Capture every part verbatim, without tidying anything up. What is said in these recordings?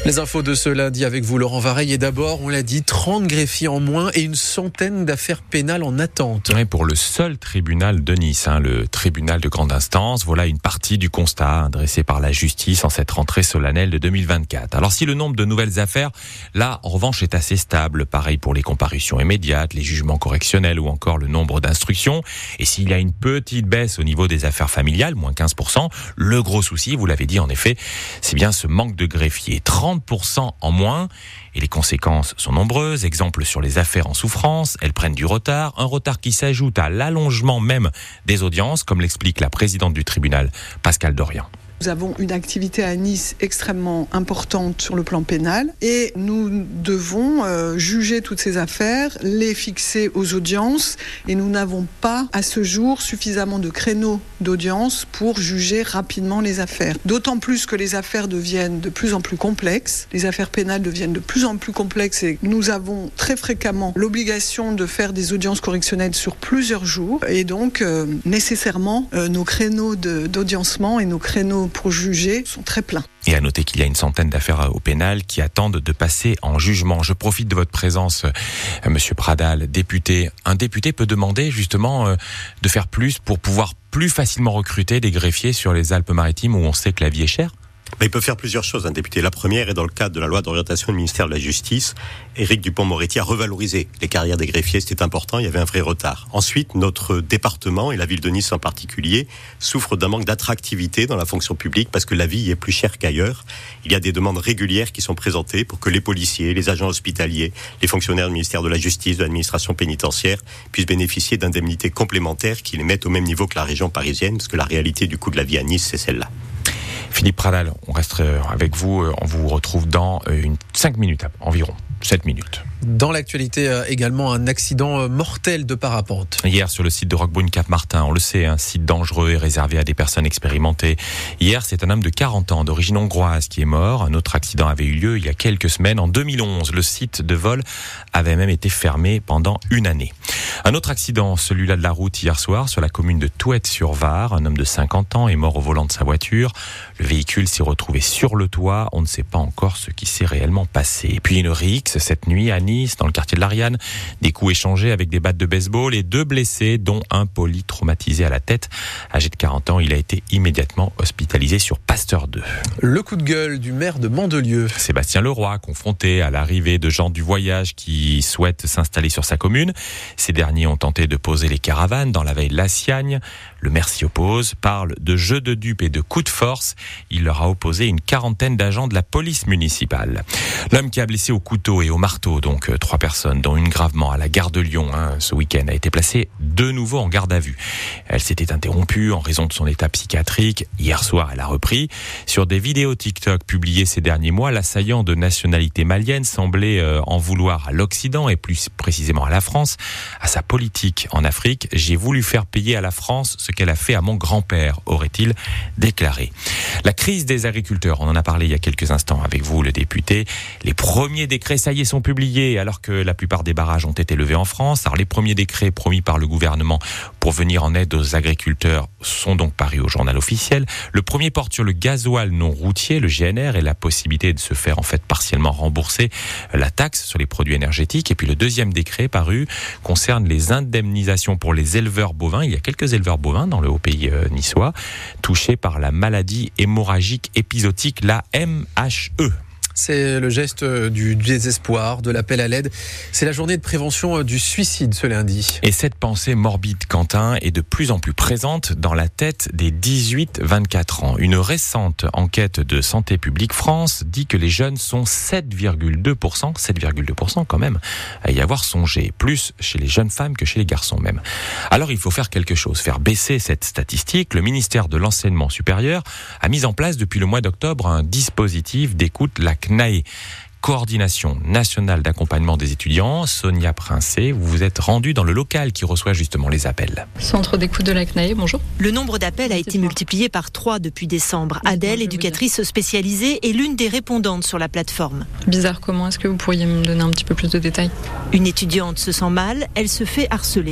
Les infos de ce lundi avec vous, Laurent Vareille. Et d'abord, on l'a dit, trente greffiers en moins et une centaine d'affaires pénales en attente. Et pour le seul tribunal de Nice, hein, le tribunal de grande instance, voilà une partie du constat hein, dressé par la justice en cette rentrée solennelle de deux mille vingt-quatre. Alors si le nombre de nouvelles affaires, là, en revanche, est assez stable, pareil pour les comparutions immédiates, les jugements correctionnels ou encore le nombre d'instructions. Et s'il y a une petite baisse au niveau des affaires familiales, moins quinze pour cent, le gros souci, vous l'avez dit en effet, c'est bien ce manque de greffiers. trente pour cent en moins, et les conséquences sont nombreuses. Exemple sur les affaires en souffrance, elles prennent du retard, un retard qui s'ajoute à l'allongement même des audiences, comme l'explique la présidente du tribunal, Pascale Dorian. Nous avons une activité à Nice extrêmement importante sur le plan pénal et nous devons euh, juger toutes ces affaires, les fixer aux audiences et nous n'avons pas à ce jour suffisamment de créneaux d'audience pour juger rapidement les affaires. D'autant plus que les affaires deviennent de plus en plus complexes, les affaires pénales deviennent de plus en plus complexes et nous avons très fréquemment l'obligation de faire des audiences correctionnelles sur plusieurs jours et donc euh, nécessairement euh, nos créneaux de, d'audiencement et nos créneaux pour juger sont très pleins. Et à noter qu'il y a une centaine d'affaires au pénal qui attendent de passer en jugement. Je profite de votre présence, Monsieur Pradal, député. Un député peut demander justement euh, de faire plus pour pouvoir plus facilement recruter des greffiers sur les Alpes-Maritimes où on sait que la vie est chère. Mais il peut faire plusieurs choses, un député. La première est dans le cadre de la loi d'orientation du ministère de la Justice. Éric Dupond-Moretti a revalorisé les carrières des greffiers. C'était important, il y avait un vrai retard. Ensuite, notre département, et la ville de Nice en particulier, souffre d'un manque d'attractivité dans la fonction publique parce que la vie est plus chère qu'ailleurs. Il y a des demandes régulières qui sont présentées pour que les policiers, les agents hospitaliers, les fonctionnaires du ministère de la Justice, de l'administration pénitentiaire puissent bénéficier d'indemnités complémentaires qui les mettent au même niveau que la région parisienne, parce que la réalité du coût de la vie à Nice, c'est celle-là. Philippe Pradal, on reste avec vous, on vous retrouve dans une cinq minutes environ, sept minutes. Dans l'actualité également, un accident mortel de parapente. Hier, sur le site de Roquebrune-Cap-Martin, on le sait, un site dangereux et réservé à des personnes expérimentées. Hier, c'est un homme de quarante ans, d'origine hongroise, qui est mort. Un autre accident avait eu lieu il y a quelques semaines. En deux mille onze, le site de vol avait même été fermé pendant une année. Un autre accident, celui-là de la route hier soir, sur la commune de Touette-sur-Var. Un homme de cinquante ans est mort au volant de sa voiture. Le véhicule s'est retrouvé sur le toit. On ne sait pas encore ce qui s'est réellement passé. Et puis une rixe cette nuit à Nice, dans le quartier de l'Ariane. Des coups échangés avec des battes de baseball et deux blessés, dont un polytraumatisé à la tête. Âgé de quarante ans, il a été immédiatement hospitalisé sur Pasteur deux. Le coup de gueule du maire de Mandelieu. Sébastien Leroy, confronté à l'arrivée de gens du voyage qui souhaitent s'installer sur sa commune. Ces derniers ont tenté de poser les caravanes dans la veille de la Siagne. Le maire s'y oppose, parle de jeux de dupes et de coups de force. Il leur a opposé une quarantaine d'agents de la police municipale. L'homme qui a blessé au couteau et au marteau, donc trois personnes, dont une gravement à la gare de Lyon, hein, ce week-end, a été placé de nouveau en garde à vue. Elle s'était interrompue en raison de son état psychiatrique. Hier soir, elle a repris. Sur des vidéos TikTok publiées ces derniers mois, l'assaillant de nationalité malienne semblait euh, en vouloir à l'Occident et plus précisément à la France, à sa politique en Afrique. J'ai voulu faire payer à la France ce qu'elle a fait à mon grand-père, aurait-il déclaré. La crise des agriculteurs, on en a parlé il y a quelques instants avec vous, le député. Les premiers décrets, ça y est, sont publiés alors que la plupart des barrages ont été levés en France. Alors les premiers décrets promis par le gouvernement pour venir en aide aux agriculteurs sont donc parus au journal officiel. Le premier porte sur le gasoil non routier, le G N R, et la possibilité de se faire en fait partiellement rembourser la taxe sur les produits énergétiques. Et puis le deuxième décret paru concerne les indemnisations pour les éleveurs bovins. Il y a quelques éleveurs bovins dans le haut pays euh, niçois touchés par la maladie hémorragique épisodique, la M H E. C'est le geste du désespoir, de l'appel à l'aide. C'est la journée de prévention du suicide ce lundi. Et cette pensée morbide, Quentin, est de plus en plus présente dans la tête des dix-huit vingt-quatre ans. Une récente enquête de Santé publique France dit que les jeunes sont sept virgule deux pour cent, sept virgule deux pour cent quand même, à y avoir songé. Plus chez les jeunes femmes que chez les garçons même. Alors il faut faire quelque chose, faire baisser cette statistique. Le ministère de l'Enseignement supérieur a mis en place depuis le mois d'octobre un dispositif d'écoute, la C N A E, Coordination nationale d'accompagnement des étudiants. Sonia Princé, vous vous êtes rendue dans le local qui reçoit justement les appels. Centre d'écoute de la C N A E, bonjour. Le nombre d'appels a été multiplié par trois depuis décembre. Adèle, éducatrice spécialisée, est l'une des répondantes sur la plateforme. Bizarre, comment est-ce que vous pourriez me donner un petit peu plus de détails ? Une étudiante se sent mal, elle se fait harceler.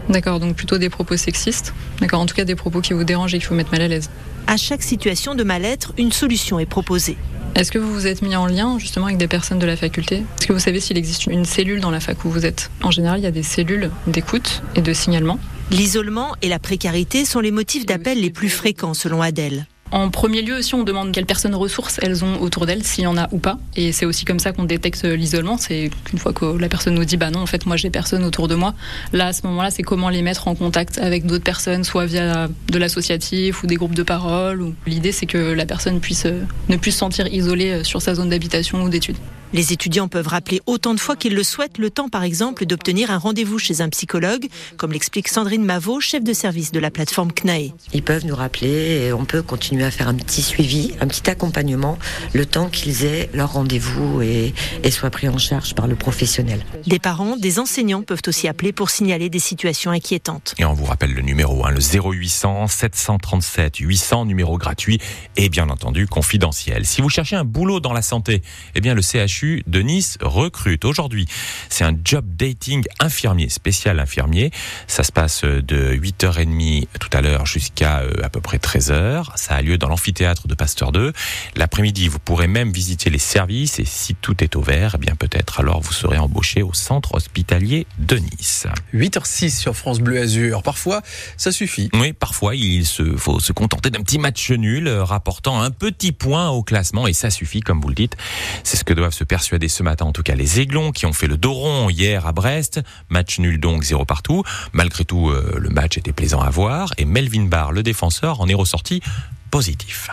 D'accord, donc plutôt des propos sexistes. D'accord, en tout cas des propos qui vous dérangent et qui vous mettent mal à l'aise. À chaque situation de mal-être, une solution est proposée. Est-ce que vous vous êtes mis en lien justement avec des personnes de la faculté ? Est-ce que vous savez s'il existe une cellule dans la fac où vous êtes ? En général, il y a des cellules d'écoute et de signalement. L'isolement et la précarité sont les motifs d'appel les plus fréquents selon Adèle. En premier lieu aussi, on demande quelles personnes ressources elles ont autour d'elles, s'il y en a ou pas. Et c'est aussi comme ça qu'on détecte l'isolement. C'est qu'une fois que la personne nous dit « bah non, en fait, moi j'ai personne autour de moi », là, à ce moment-là, c'est comment les mettre en contact avec d'autres personnes, soit via de l'associatif ou des groupes de parole. Ou... L'idée, c'est que la personne puisse, ne puisse se sentir isolée sur sa zone d'habitation ou d'études. Les étudiants peuvent rappeler autant de fois qu'ils le souhaitent, le temps par exemple d'obtenir un rendez-vous chez un psychologue, comme l'explique Sandrine Mavot, chef de service de la plateforme C N A E. Ils peuvent nous rappeler et on peut continuer à faire un petit suivi, un petit accompagnement, le temps qu'ils aient leur rendez-vous et, et soient pris en charge par le professionnel. Des parents, des enseignants peuvent aussi appeler pour signaler des situations inquiétantes. Et on vous rappelle le numéro, hein, le zéro huit cents sept cent trente-sept huit cents, numéro gratuit et bien entendu confidentiel. Si vous cherchez un boulot dans la santé, eh bien le C H U de Nice recrute aujourd'hui. C'est un job dating infirmier, spécial infirmier. Ça se passe de huit heures trente tout à l'heure jusqu'à euh, à peu près treize heures. Ça a lieu dans l'amphithéâtre de Pasteur deux. L'après-midi, vous pourrez même visiter les services et si tout est ouvert, eh bien peut-être alors vous serez embauché au centre hospitalier de Nice. huit heures six sur France Bleu Azur. Parfois, ça suffit. Oui, parfois, il se, faut se contenter d'un petit match nul rapportant un petit point au classement et ça suffit, comme vous le dites. C'est ce que doivent se persuader ce matin, en tout cas, les Aiglons qui ont fait le dos rond hier à Brest. Match nul donc, zéro partout. Malgré tout, euh, le match était plaisant à voir et Melvin Barr, le défenseur, en est ressorti positif.